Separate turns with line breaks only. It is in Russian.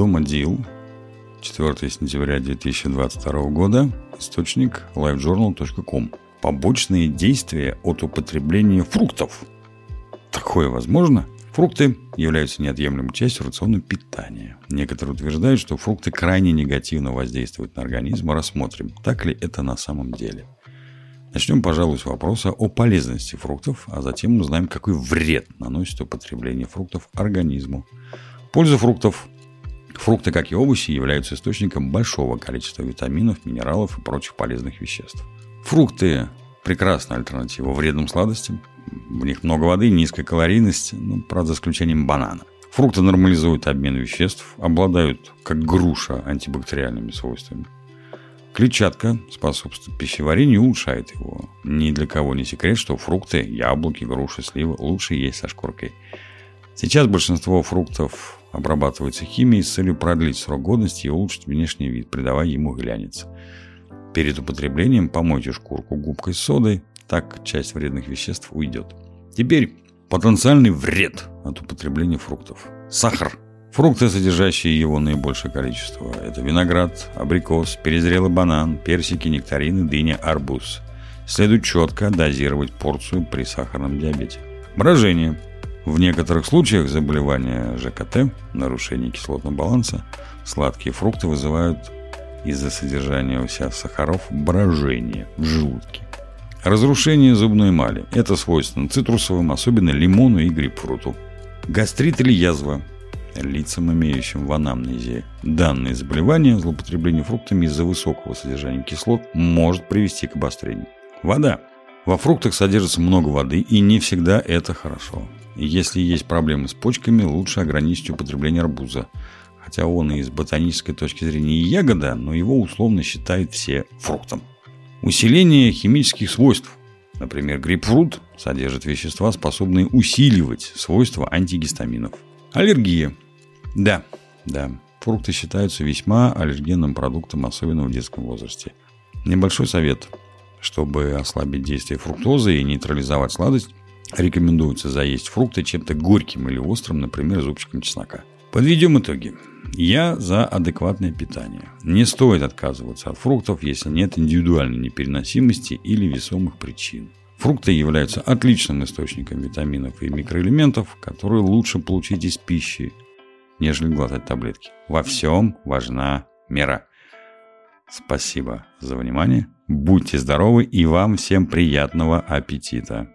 Домодил. 4 сентября 2022 года. Источник livejournal.com. Побочные действия от употребления фруктов. Такое возможно? Фрукты являются неотъемлемой частью рациона питания. Некоторые утверждают, что фрукты крайне негативно воздействуют на организм. Рассмотрим, так ли это на самом деле. Начнем, пожалуй, с вопроса о полезности фруктов, а затем узнаем, какой вред наносит употребление фруктов организму. Польза фруктов. Фрукты, как и овощи, являются источником большого количества витаминов, минералов и прочих полезных веществ. Фрукты – прекрасная альтернатива вредным сладостям. В них много воды, низкая калорийность, правда, за исключением банана. Фрукты нормализуют обмен веществ, обладают, как груша, антибактериальными свойствами. Клетчатка способствует пищеварению и улучшает его. Ни для кого не секрет, что фрукты, яблоки, груши, сливы лучше есть со шкуркой. Сейчас большинство фруктов обрабатываются химией с целью продлить срок годности и улучшить внешний вид, придавая ему глянец. Перед употреблением помойте шкурку губкой с содой, так часть вредных веществ уйдет. Теперь потенциальный вред от употребления фруктов. Сахар. Фрукты, содержащие его наибольшее количество, это виноград, абрикос, перезрелый банан, персики, нектарины, дыня, арбуз. Следует четко дозировать порцию при сахарном диабете. Брожение. В некоторых случаях заболевания ЖКТ, нарушение кислотного баланса, сладкие фрукты вызывают из-за содержания у себя сахаров брожение в желудке. Разрушение зубной эмали. Это свойственно цитрусовым, особенно лимону и грейпфруту. Гастрит или язва. Лицам, имеющим в анамнезе данные заболевания, злоупотребление фруктами из-за высокого содержания кислот может привести к обострению. Вода. Во фруктах содержится много воды, и не всегда это хорошо. И если есть проблемы с почками, лучше ограничить употребление арбуза. Хотя он и с ботанической точки зрения и ягода, но его условно считают все фруктом. Усиление химических свойств. Например, грейпфрут содержит вещества, способные усиливать свойства антигистаминов. Аллергия. Да, фрукты считаются весьма аллергенным продуктом, особенно в детском возрасте. Небольшой совет. Чтобы ослабить действие фруктозы и нейтрализовать сладость, рекомендуется заесть фрукты чем-то горьким или острым, например, зубчиком чеснока. Подведем итоги. Я за адекватное питание. Не стоит отказываться от фруктов, если нет индивидуальной непереносимости или весомых причин. Фрукты являются отличным источником витаминов и микроэлементов, которые лучше получить из пищи, нежели глотать таблетки. Во всем важна мера. Спасибо за внимание. Будьте здоровы и вам всем приятного аппетита.